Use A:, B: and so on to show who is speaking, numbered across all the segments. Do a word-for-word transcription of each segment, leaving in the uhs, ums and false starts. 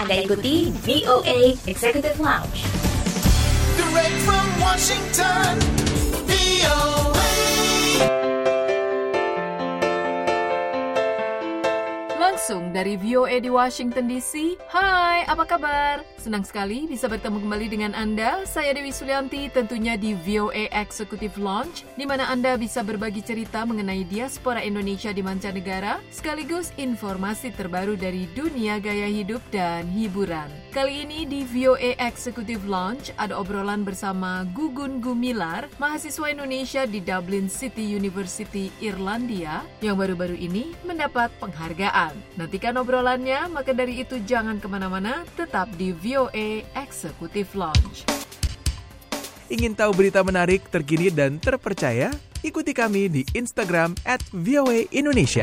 A: Anda ikuti V O A Executive Lounge.
B: Direct from Washington, V O A.
C: Langsung dari V O A di Washington D C. Hai, apa kabar? Senang sekali bisa bertemu kembali dengan Anda. Saya Dewi Sulianti, tentunya di V O A Executive Lounge, di mana Anda bisa berbagi cerita mengenai diaspora Indonesia di mancanegara, sekaligus informasi terbaru dari dunia gaya hidup dan hiburan. Kali ini di V O A Executive Lounge ada obrolan bersama Gugun Gumilar, mahasiswa Indonesia di Dublin City University, Irlandia, yang baru-baru ini mendapat penghargaan. Nantikan obrolannya, maka dari itu jangan kemana-mana, tetap di V O A Executive Lounge.
D: Ingin tahu berita menarik, terkini, dan terpercaya? Ikuti kami di Instagram at V O A Indonesia.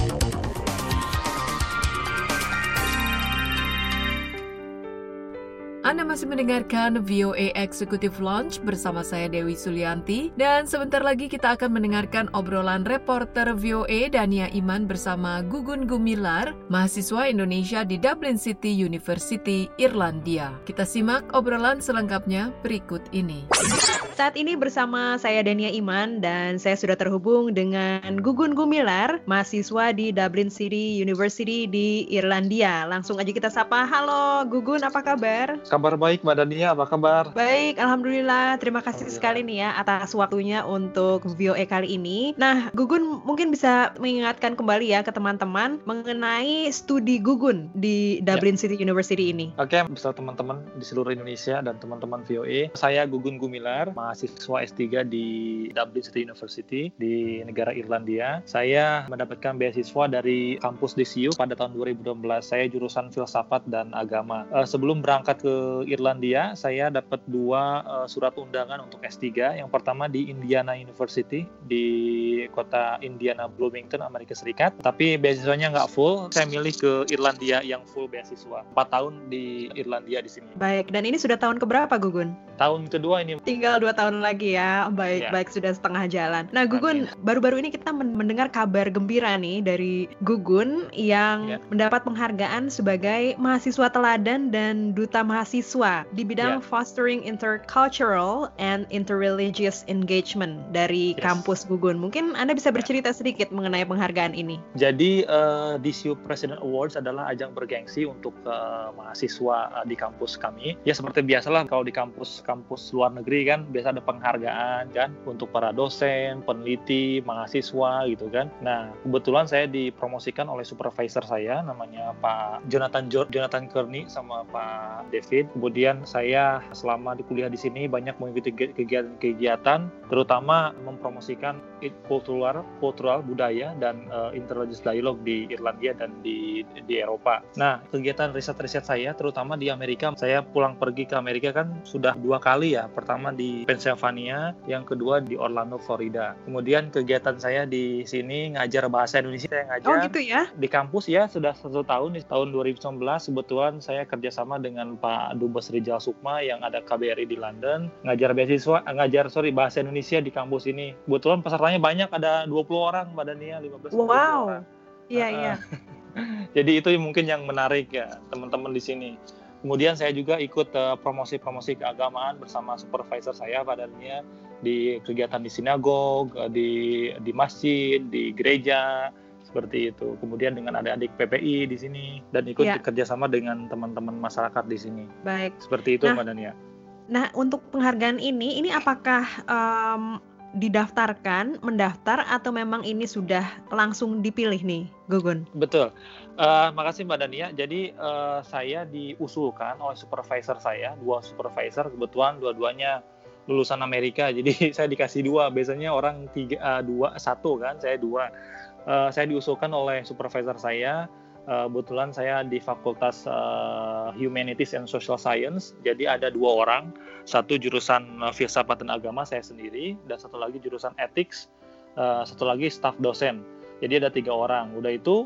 C: Anda masih mendengarkan V O A Executive Lounge bersama saya Dewi Sulianti, dan sebentar lagi kita akan mendengarkan obrolan reporter V O A Dania Iman bersama Gugun Gumilar, mahasiswa Indonesia di Dublin City University, Irlandia. Kita simak obrolan selengkapnya berikut ini.
E: Saat ini bersama saya Dania Iman dan saya sudah terhubung dengan Gugun Gumilar, mahasiswa di Dublin City University di Irlandia. Langsung aja kita sapa. Halo Gugun, apa kabar?
F: Kabar baik Mbak Dania, apa kabar?
E: Baik, Alhamdulillah. Terima kasih sekali nih ya atas waktunya untuk V O A kali ini. Nah, Gugun mungkin bisa mengingatkan kembali ya ke teman-teman mengenai studi Gugun di Dublin ya. City University ini.
F: Oke, beserta teman-teman di seluruh Indonesia dan teman-teman V O A. Saya Gugun Gumilar, mahasiswa S tiga di Dublin City University di negara Irlandia. Saya mendapatkan beasiswa dari kampus D C U pada tahun dua ribu dua belas. Saya jurusan filsafat dan agama. Uh, sebelum berangkat ke Irlandia, saya dapat dua uh, surat undangan untuk S tiga. Yang pertama di Indiana University di kota Indiana Bloomington, Amerika Serikat. Tapi beasiswanya nggak full. Saya milih ke Irlandia yang full beasiswa. Empat tahun di Irlandia di sini.
E: Baik, dan ini sudah tahun keberapa, Gugun?
F: Tahun kedua ini.
E: Tinggal dua tahun lagi ya. Baik, ya. Baik, sudah setengah jalan. Nah, Gugun, Amin. Baru-baru ini kita mendengar kabar gembira nih dari Gugun yang ya. mendapat penghargaan sebagai mahasiswa teladan dan duta mahasiswa di bidang yeah. fostering intercultural and interreligious engagement dari yes. kampus Gugun. Mungkin Anda bisa bercerita sedikit mengenai penghargaan ini.
F: Jadi uh, D C U President Awards adalah ajang bergengsi untuk uh, mahasiswa uh, di kampus kami. Ya seperti biasalah kalau di kampus-kampus luar negeri kan biasa ada penghargaan kan untuk para dosen, peneliti, mahasiswa gitu kan. Nah kebetulan saya dipromosikan oleh supervisor saya namanya Pak Jonathan jo- Jonathan Kearney sama Pak David. Kemudian saya selama di kuliah di sini banyak mengikuti kegiatan-kegiatan, terutama mempromosikan kultural, kultural budaya dan uh, interreligious dialog di Irlandia dan di di Eropa. Nah, kegiatan riset-riset saya, terutama di Amerika, saya pulang pergi ke Amerika kan sudah dua kali ya. Pertama di Pennsylvania, yang kedua di Orlando, Florida. Kemudian kegiatan saya di sini ngajar bahasa Indonesia. Saya ngajar
E: oh, gitu ya?
F: Di kampus ya sudah satu tahun. Di tahun dua ribu sembilan belas kebetulan saya kerjasama dengan Pak Dubes Rijal Sukma yang ada K B R I di London, ngajar beasiswa, ngajar sorry bahasa Indonesia di kampus ini. Kebetulan pesertanya banyak, ada dua puluh orang, Mbak Dania, lima belas
E: wow.
F: orang.
E: Iya,
F: uh,
E: iya.
F: Jadi itu mungkin yang menarik ya teman-teman di sini. Kemudian saya juga ikut uh, promosi-promosi keagamaan bersama supervisor saya Pak Dania di kegiatan di sinagog, di di masjid, di gereja. Seperti itu. Kemudian dengan adik-adik P P I di sini dan ikut ya. kerjasama dengan teman-teman masyarakat di sini.
E: Baik.
F: Seperti itu,
E: nah,
F: Mbak Dania.
E: Nah, untuk penghargaan ini, ini apakah um, didaftarkan, mendaftar, atau memang ini sudah langsung dipilih nih, Gugun?
F: Betul. Uh, makasih Mbak Dania. Jadi uh, saya diusulkan oleh supervisor saya, dua supervisor, kebetulan dua-duanya lulusan Amerika. Jadi saya dikasih dua. Biasanya orang tiga, uh, dua, satu kan, saya dua. Uh, saya diusulkan oleh supervisor saya. Uh, kebetulan saya di Fakultas uh, Humanities and Social Science. Jadi ada dua orang, satu jurusan uh, filsafat dan agama saya sendiri, dan satu lagi jurusan ethics, uh, satu lagi staf dosen. Jadi ada tiga orang. Udah itu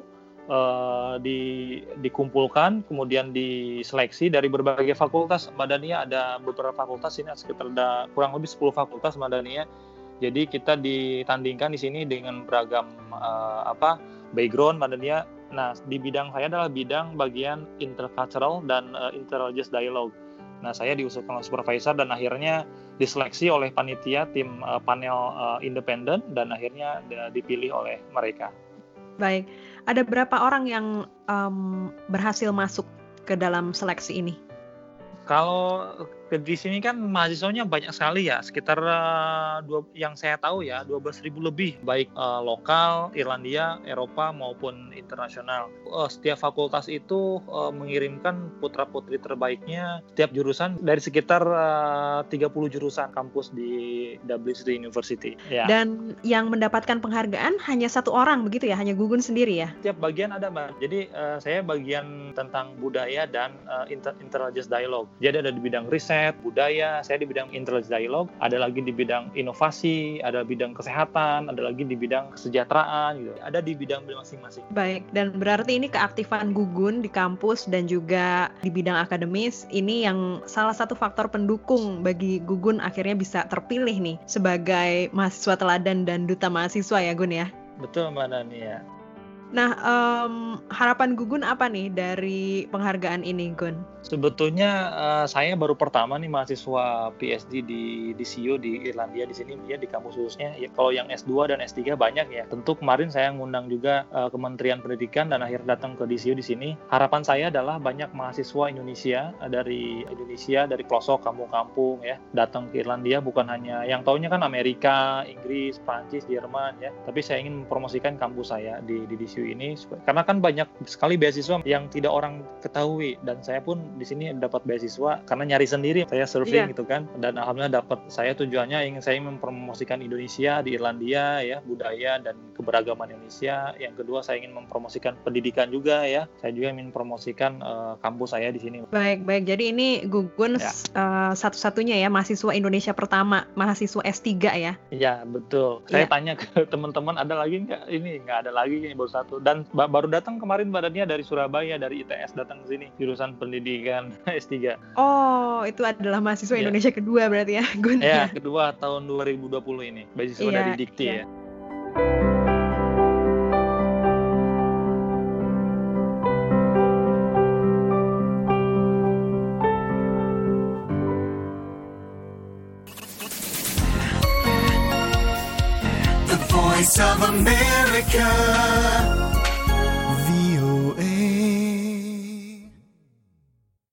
F: uh, di, dikumpulkan, kemudian diseleksi dari berbagai fakultas. Mbak Dania ada beberapa fakultas ini, sekitar ada kurang lebih sepuluh fakultas Mbak Dania. Jadi kita ditandingkan di sini dengan beragam uh, apa background Mbak Dania. Nah, di bidang saya adalah bidang bagian intercultural dan uh, interreligious dialogue. Nah, saya diusulkan oleh supervisor dan akhirnya diseleksi oleh panitia tim uh, panel uh, independen dan akhirnya uh, dipilih oleh mereka.
E: Baik, ada berapa orang yang um, berhasil masuk ke dalam seleksi ini?
F: Kalau di sini kan mahasiswanya banyak sekali ya, sekitar uh, dua, yang saya tahu ya dua belas ribu lebih, baik uh, lokal, Irlandia, Eropa maupun internasional. Uh, setiap fakultas itu uh, mengirimkan putra-putri terbaiknya setiap jurusan dari sekitar uh, tiga puluh jurusan kampus di Dublin City University. Ya.
E: Dan yang mendapatkan penghargaan hanya satu orang begitu ya, hanya Gugun sendiri ya?
F: Setiap bagian ada, Mbak. Jadi uh, saya bagian tentang budaya dan uh, inter- interreligious dialogue. Jadi ada di bidang riset, budaya, saya di bidang interreligious dialogue, ada lagi di bidang inovasi, ada bidang kesehatan, ada lagi di bidang kesejahteraan gitu. Ada di bidang masing-masing.
E: Baik, dan berarti ini keaktifan Gugun di kampus dan juga di bidang akademis ini yang salah satu faktor pendukung bagi Gugun akhirnya bisa terpilih nih sebagai mahasiswa teladan dan duta mahasiswa ya Gun ya.
F: Betul Mbak Nani ya.
E: Nah, um, harapan Gugun apa nih dari penghargaan ini, Gun?
F: Sebetulnya uh, saya baru pertama nih mahasiswa P H D di di C U di Irlandia di sini ya, di kampus khususnya. Ya, kalau yang S dua dan S tiga banyak ya. Tentu kemarin saya ngundang juga uh, Kementerian Pendidikan dan akhirnya datang ke D C U di sini. Harapan saya adalah banyak mahasiswa Indonesia uh, dari Indonesia dari pelosok kampung-kampung ya datang ke Irlandia, bukan hanya yang taunya kan Amerika, Inggris, Prancis, Jerman ya. Tapi saya ingin mempromosikan kampus saya di di D C U ini karena kan banyak sekali beasiswa yang tidak orang ketahui dan saya pun di sini dapat beasiswa karena nyari sendiri, saya surfing yeah. gitu kan, dan alhamdulillah dapat. Saya tujuannya ingin saya mempromosikan Indonesia di Irlandia ya, budaya dan keberagaman Indonesia. Yang kedua saya ingin mempromosikan pendidikan juga ya, saya juga ingin mempromosikan uh, kampus saya di sini.
E: Baik baik, jadi ini Gugun ya. uh, satu-satunya ya mahasiswa Indonesia pertama, mahasiswa S tiga ya?
F: Iya betul. Saya
E: yeah.
F: tanya ke teman-teman ada lagi nggak? Ini nggak ada lagi, ini baru satu. Dan baru datang kemarin badannya dari Surabaya, dari I T S datang ke sini jurusan pendidikan S tiga.
E: Oh, itu adalah mahasiswa yeah. Indonesia kedua berarti ya, Gun?
F: Ya, kedua tahun dua ribu dua puluh ini. Beasiswa yeah, dari Dikti yeah. ya.
B: The Voice of America.